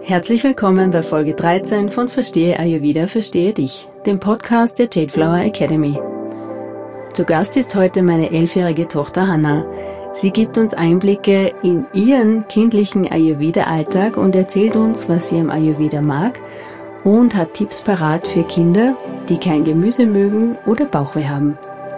Herzlich willkommen bei Folge 13 von Verstehe Ayurveda, Verstehe dich, dem Podcast der Jade Flower Academy. Zu Gast ist heute meine 11-jährige Tochter Hannah. Sie gibt uns Einblicke in ihren kindlichen Ayurveda-Alltag und erzählt uns, was sie am Ayurveda mag und hat Tipps parat für Kinder, die kein Gemüse mögen oder Bauchweh haben.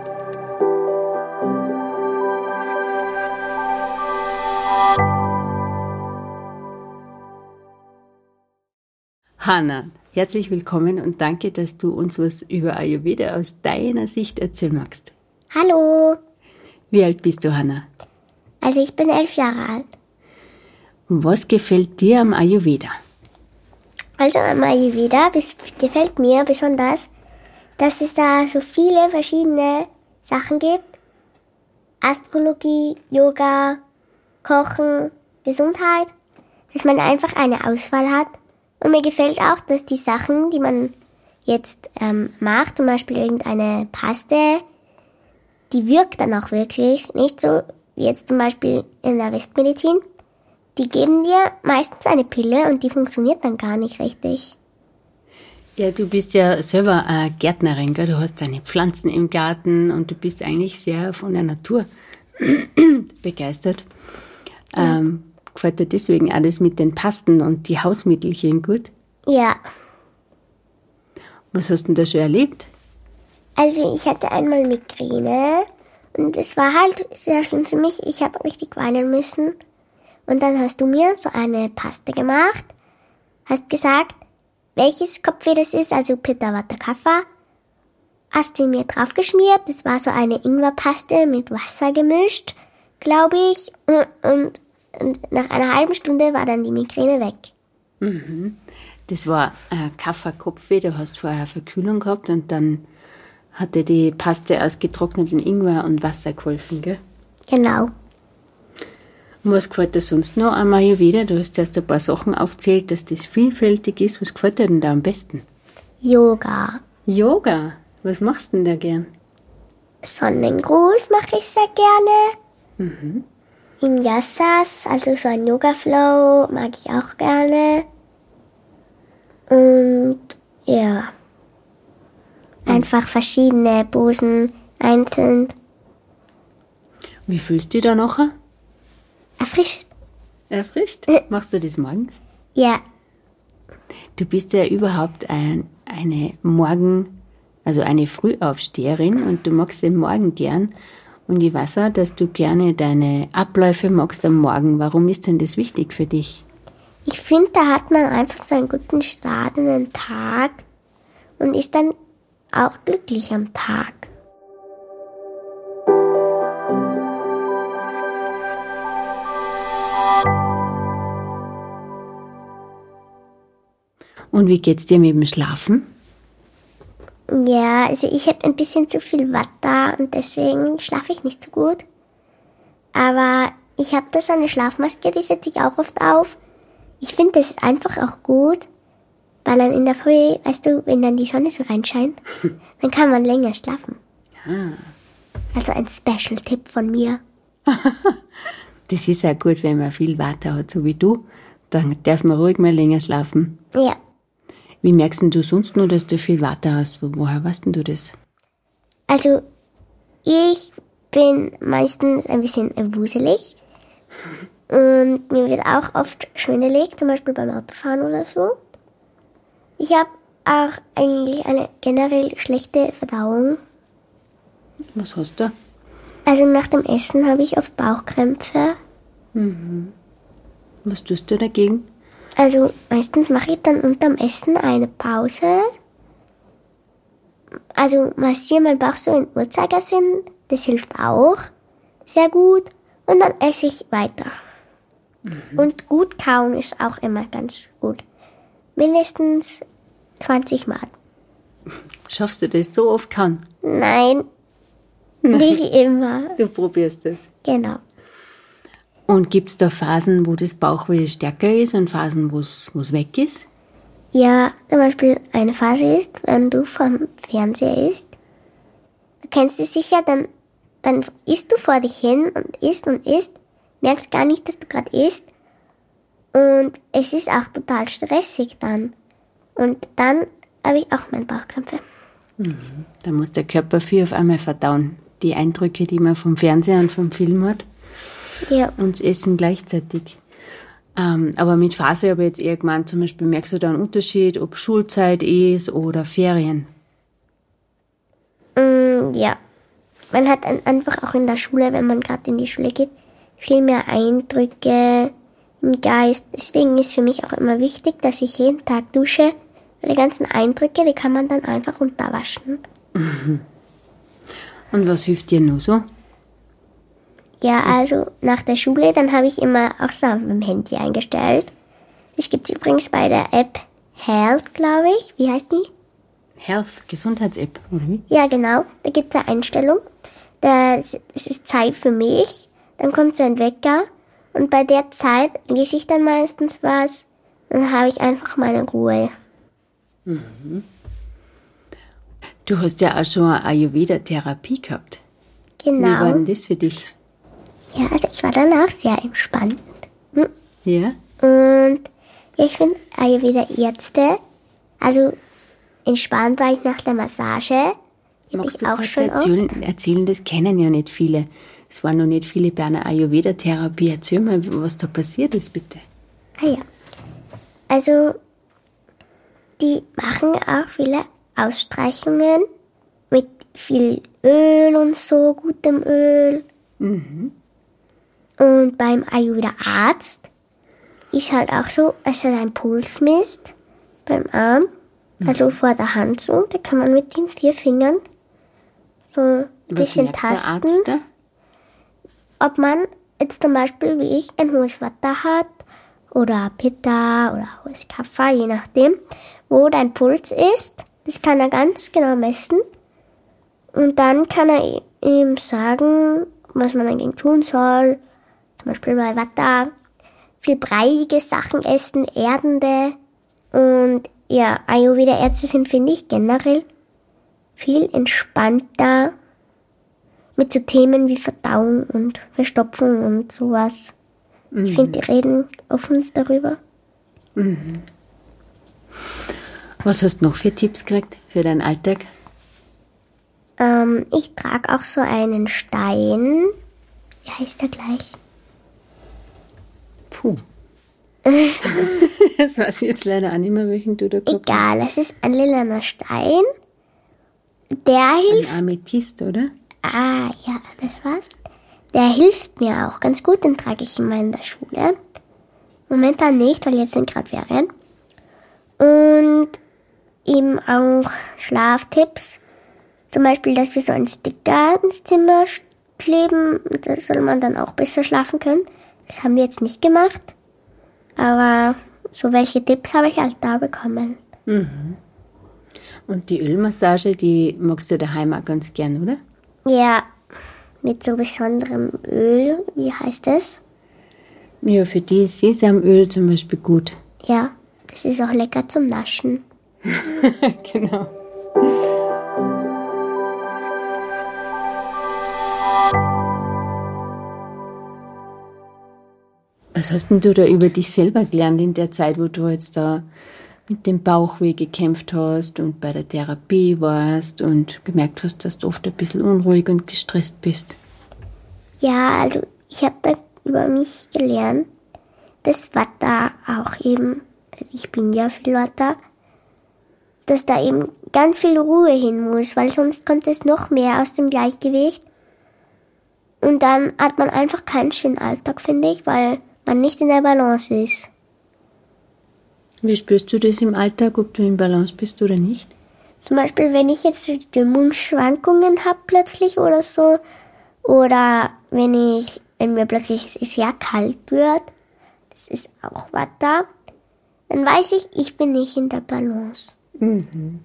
Hannah, herzlich willkommen und danke, dass du uns was über Ayurveda aus deiner Sicht erzählen magst. Hallo. Wie alt bist du, Hannah? Also ich bin 11 Jahre alt. Und was gefällt dir am Ayurveda? Also am Ayurveda gefällt mir besonders, dass es da so viele verschiedene Sachen gibt. Astrologie, Yoga, Kochen, Gesundheit. Dass man einfach eine Auswahl hat. Und mir gefällt auch, dass die Sachen, die man jetzt macht, zum Beispiel irgendeine Paste, die wirkt dann auch wirklich. Nicht so wie jetzt zum Beispiel in der Westmedizin. Die geben dir meistens eine Pille und die funktioniert dann gar nicht richtig. Ja, du bist ja selber Gärtnerin, gell? Du hast deine Pflanzen im Garten und du bist eigentlich sehr von der Natur begeistert. Ja. Gefällt dir deswegen alles mit den Pasten und die Hausmittelchen gut? Ja. Was hast du denn da schon erlebt? Also ich hatte einmal Migräne und es war halt sehr schlimm für mich. Ich habe richtig weinen müssen. Und dann hast du mir so eine Paste gemacht, hast gesagt, welches Kopfweh das ist, also Pitta Vata Kapha, hast du mir drauf geschmiert. Das war so eine Ingwerpaste mit Wasser gemischt, glaube ich. Und nach einer halben Stunde war dann die Migräne weg. Mhm. Das war Kapha-Kopfweh, du hast vorher Verkühlung gehabt und dann hatte die Paste aus getrockneten Ingwer und Wasser geholfen, gell? Genau. Und was gefällt dir sonst noch am Ayurveda? Du hast erst ein paar Sachen aufgezählt, dass das vielfältig ist. Was gefällt dir denn da am besten? Yoga. Yoga? Was machst du denn da gern? Sonnengruß mache ich sehr gerne. Mhm. Vinyasas, also so ein Yoga-Flow, mag ich auch gerne. Und ja, einfach verschiedene Posen einzeln. Wie fühlst du dich da nachher? Erfrischt. Erfrischt? Machst du das morgens? Ja. Du bist ja überhaupt eine Frühaufsteherin und du magst den Morgen gern. Und ich weiß auch, dass du gerne deine Abläufe magst am Morgen. Warum ist denn das wichtig für dich? Ich finde, da hat man einfach so einen guten Start in den Tag und ist dann auch glücklich am Tag. Und wie geht's dir mit dem Schlafen? Ja, also ich habe ein bisschen zu viel Watte und deswegen schlafe ich nicht so gut. Aber ich habe da so eine Schlafmaske, die setze ich auch oft auf. Ich finde, das ist einfach auch gut, weil dann in der Früh, weißt du, wenn dann die Sonne so reinscheint, dann kann man länger schlafen. Ah. Also ein Special-Tipp von mir. Das ist ja gut, wenn man viel Watte hat, so wie du. Dann darf man ruhig mal länger schlafen. Ja. Wie merkst denn du sonst nur, dass du viel Watte hast? Woher weißt denn du das? Also, ich bin meistens ein bisschen wuselig. Und mir wird auch oft schwindelig, zum Beispiel beim Autofahren oder so. Ich habe auch eigentlich eine generell schlechte Verdauung. Was hast du? Also nach dem Essen habe ich oft Bauchkrämpfe. Mhm. Was tust du dagegen? Also meistens mache ich dann unterm Essen eine Pause. Also massiere meinen Bauch so in Uhrzeigersinn. Das hilft auch sehr gut. Und dann esse ich weiter. Mhm. Und gut kauen ist auch immer ganz gut. Mindestens 20 Mal. Schaffst du das so oft kauen? Nein, nicht immer. Du probierst es. Genau. Und gibt es da Phasen, wo das Bauchweh stärker ist und Phasen, wo es weg ist? Ja, zum Beispiel eine Phase ist, wenn du vom Fernseher isst. Du kennst es sicher, dann isst du vor dich hin und isst, merkst gar nicht, dass du gerade isst. Und es ist auch total stressig dann. Und dann habe ich auch meine Bauchkrämpfe. Da muss der Körper viel auf einmal verdauen. Die Eindrücke, die man vom Fernseher und vom Film hat. Ja. Und das Essen gleichzeitig. Aber mit Phase habe ich jetzt eher gemeint, zum Beispiel merkst du da einen Unterschied, ob Schulzeit ist oder Ferien? Ja. Man hat einfach auch in der Schule, wenn man gerade in die Schule geht, viel mehr Eindrücke im Geist. Deswegen ist für mich auch immer wichtig, dass ich jeden Tag dusche. Weil die ganzen Eindrücke, die kann man dann einfach runterwaschen. Und was hilft dir nur so? Ja, also nach der Schule, dann habe ich immer auch so auf meinem Handy eingestellt. Das gibt es übrigens bei der App Health, glaube ich. Wie heißt die? Health, Gesundheits-App, oder wie? Ja, genau. Da gibt es eine Einstellung. Es ist Zeit für mich. Dann kommt so ein Wecker. Und bei der Zeit lese ich dann meistens was. Dann habe ich einfach meine Ruhe. Du hast ja auch schon eine Ayurveda-Therapie gehabt. Genau. Wie war denn das für dich? Ja, also ich war danach sehr entspannt. Ja? Und ja, ich finde Ayurveda-Ärzte, also entspannt war ich nach der Massage. Die hatte Magst ich du auch kurz schon oft. erzählen, das kennen ja nicht viele. Es waren noch nicht viele bei einer Ayurveda-Therapie. Erzähl mal, was da passiert ist, bitte. Ah ja. Also, die machen auch viele Ausstreichungen mit viel Öl und so, gutem Öl. Und beim Ayurveda-Arzt ist halt auch so, dass er deinen Puls misst beim Arm, also vor der Hand so. Da kann man mit den 4 Fingern so ein bisschen merkt der tasten, Arzt da? ob man jetzt zum Beispiel wie ich ein hohes Vata hat oder Pitta oder hohes Kapha, je nachdem, wo dein Puls ist. Das kann er ganz genau messen. Und dann kann er ihm sagen, was man dagegen tun soll. Zum Beispiel bei Vata viel breiige Sachen essen, erdende. Und ja, Ayurveda-Ärzte sind, finde ich, generell viel entspannter mit so Themen wie Verdauung und Verstopfung und sowas. Ich finde, die reden offen darüber. Was hast du noch für Tipps gekriegt für deinen Alltag? Ich trage auch so einen Stein. Wie heißt der gleich? Puh. Das weiß ich jetzt leider auch nicht mehr, welchen du da gehabt hast. Egal, es ist ein lilaner Stein. Der hilft. Ein Amethyst, oder? Ah, ja, das war's. Der hilft mir auch ganz gut, den trage ich immer in der Schule. Momentan nicht, weil jetzt sind gerade Ferien. Und eben auch Schlaftipps. Zum Beispiel, dass wir so einen Sticker ins Zimmer kleben. Da soll man dann auch besser schlafen können. Das haben wir jetzt nicht gemacht. Aber so welche Tipps habe ich halt da bekommen. Und die Ölmassage, die magst du daheim auch ganz gern, oder? Ja, mit so besonderem Öl. Wie heißt das? Ja, für die ist Sesamöl zum Beispiel gut. Ja, das ist auch lecker zum Naschen. Genau. Was hast denn du da über dich selber gelernt in der Zeit, wo du jetzt da mit dem Bauchweh gekämpft hast und bei der Therapie warst und gemerkt hast, dass du oft ein bisschen unruhig und gestresst bist? Ja, also ich habe da über mich gelernt, dass Vata auch eben, also ich bin ja viel Vata, dass da eben ganz viel Ruhe hin muss, weil sonst kommt es noch mehr aus dem Gleichgewicht. Und dann hat man einfach keinen schönen Alltag, finde ich, weil man nicht in der Balance ist. Wie spürst du das im Alltag, ob du in Balance bist oder nicht? Zum Beispiel, wenn ich jetzt Stimmungsschwankungen habe plötzlich oder so, oder wenn mir plötzlich sehr kalt wird, das ist auch Vata, dann weiß ich bin nicht in der Balance. Und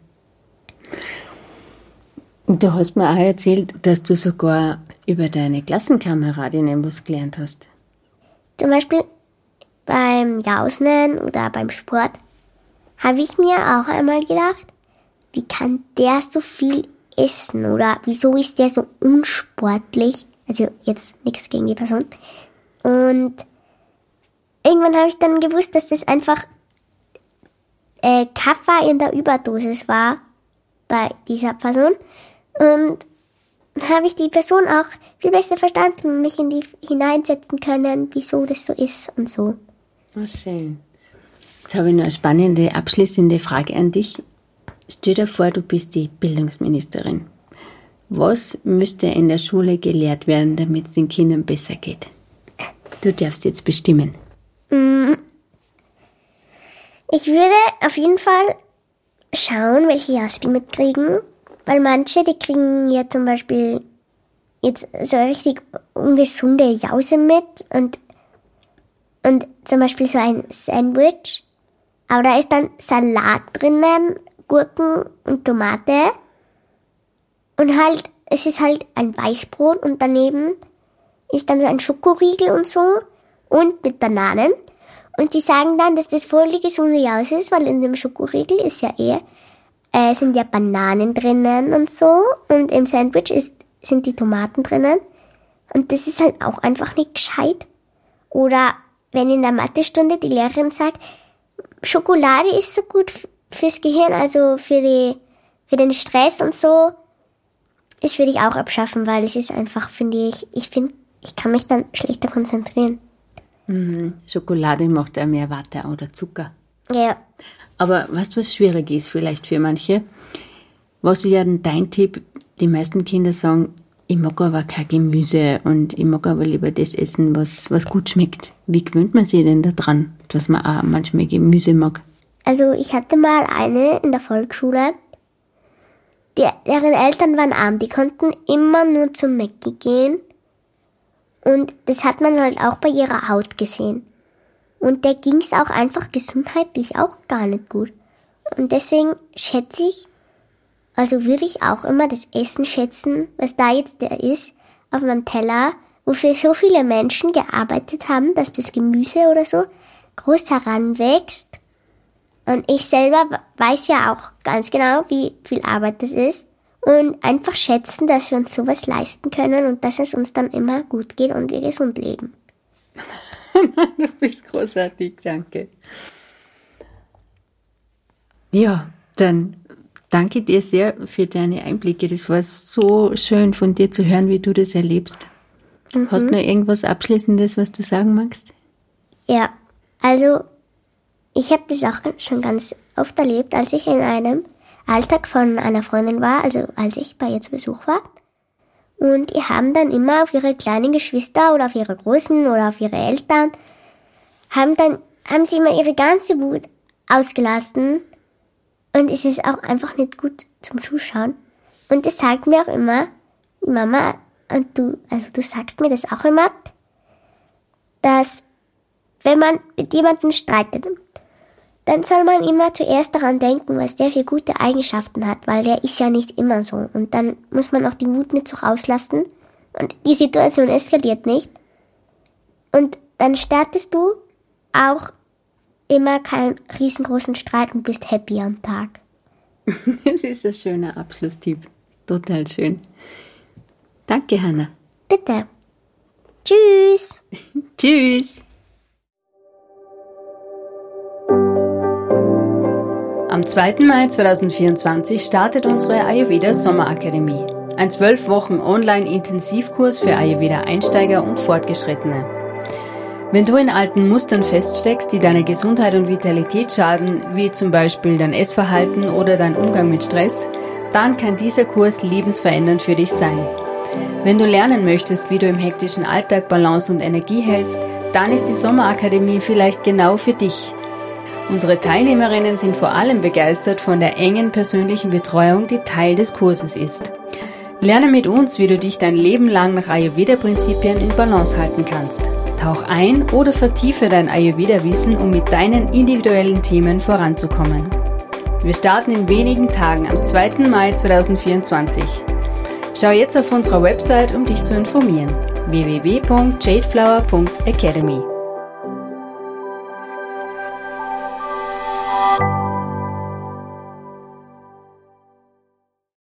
du hast mir auch erzählt, dass du sogar über deine Klassenkameradinnen was gelernt hast. Zum Beispiel beim Jausen oder beim Sport habe ich mir auch einmal gedacht, wie kann der so viel essen oder wieso ist der so unsportlich? Also jetzt nichts gegen die Person. Und irgendwann habe ich dann gewusst, dass das einfach Kaffer in der Überdosis war bei dieser Person. Und dann habe ich die Person auch viel besser verstanden und mich in die hineinsetzen können, wieso das so ist und so. Oh, schön. Jetzt habe ich noch eine spannende, abschließende Frage an dich. Stell dir vor, du bist die Bildungsministerin. Was müsste in der Schule gelehrt werden, damit es den Kindern besser geht? Du darfst jetzt bestimmen. Ich würde auf jeden Fall schauen, welche Jause die mitkriegen. Weil manche, die kriegen ja zum Beispiel jetzt so richtig ungesunde Jause mit und zum Beispiel so ein Sandwich. Aber da ist dann Salat drinnen, Gurken und Tomate. Und halt, es ist halt ein Weißbrot und daneben ist dann so ein Schokoriegel und so und mit Bananen. Und die sagen dann, dass das voll die gesunde Jause ist, weil in dem Schokoriegel ist ja sind ja Bananen drinnen und so. Und im Sandwich sind die Tomaten drinnen. Und das ist halt auch einfach nicht gescheit. Oder wenn in der Mathestunde die Lehrerin sagt, Schokolade ist so gut fürs Gehirn, also für den Stress und so, das würde ich auch abschaffen, weil es ist einfach, finde ich kann mich dann schlechter konzentrieren. Schokolade macht ja mehr Watte oder Zucker. Ja. Aber weißt du, was schwierig ist vielleicht für manche? Was wäre denn dein Tipp? Die meisten Kinder sagen, ich mag aber kein Gemüse und ich mag aber lieber das essen, was gut schmeckt. Wie gewöhnt man sich denn da dran, dass man auch manchmal Gemüse mag? Also ich hatte mal eine in der Volksschule, deren Eltern waren arm, die konnten immer nur zum Mäcki gehen und das hat man halt auch bei ihrer Haut gesehen. Und der ging's auch einfach gesundheitlich auch gar nicht gut. Und deswegen schätze ich, also würde ich auch immer das Essen schätzen, was da jetzt ist, auf meinem Teller, wofür so viele Menschen gearbeitet haben, dass das Gemüse oder so groß heranwächst. Und ich selber weiß ja auch ganz genau, wie viel Arbeit das ist. Und einfach schätzen, dass wir uns sowas leisten können und dass es uns dann immer gut geht und wir gesund leben. Du bist großartig, danke. Ja, dann danke dir sehr für deine Einblicke. Das war so schön von dir zu hören, wie du das erlebst. Hast du noch irgendwas Abschließendes, was du sagen magst? Ja, also ich habe das auch schon ganz oft erlebt, als ich in einem Alltag von einer Freundin war, also als ich bei ihr zu Besuch war. Und die haben dann immer auf ihre kleinen Geschwister oder auf ihre Großen oder auf ihre Eltern, haben sie immer ihre ganze Wut ausgelassen. Und es ist auch einfach nicht gut zum Zuschauen. Und das sagt mir auch immer die Mama, und du sagst mir das auch immer, dass wenn man mit jemandem streitet, dann soll man immer zuerst daran denken, was der für gute Eigenschaften hat, weil der ist ja nicht immer so. Und dann muss man auch die Wut nicht so rauslassen und die Situation eskaliert nicht. Und dann startest du auch immer keinen riesengroßen Streit und bist happy am Tag. Das ist ein schöner Abschlusstipp. Total schön. Danke, Hanna. Bitte. Tschüss. Tschüss. Am 2. Mai 2024 startet unsere Ayurveda Sommerakademie. Ein 12 Wochen Online-Intensivkurs für Ayurveda-Einsteiger und Fortgeschrittene. Wenn du in alten Mustern feststeckst, die deiner Gesundheit und Vitalität schaden, wie zum Beispiel dein Essverhalten oder dein Umgang mit Stress, dann kann dieser Kurs lebensverändernd für dich sein. Wenn du lernen möchtest, wie du im hektischen Alltag Balance und Energie hältst, dann ist die Sommerakademie vielleicht genau für dich. Unsere Teilnehmerinnen sind vor allem begeistert von der engen persönlichen Betreuung, die Teil des Kurses ist. Lerne mit uns, wie du dich dein Leben lang nach Ayurveda-Prinzipien in Balance halten kannst. Tauch ein oder vertiefe dein Ayurveda-Wissen, um mit deinen individuellen Themen voranzukommen. Wir starten in wenigen Tagen am 2. Mai 2024. Schau jetzt auf unserer Website, um dich zu informieren. www.jadeflower.academy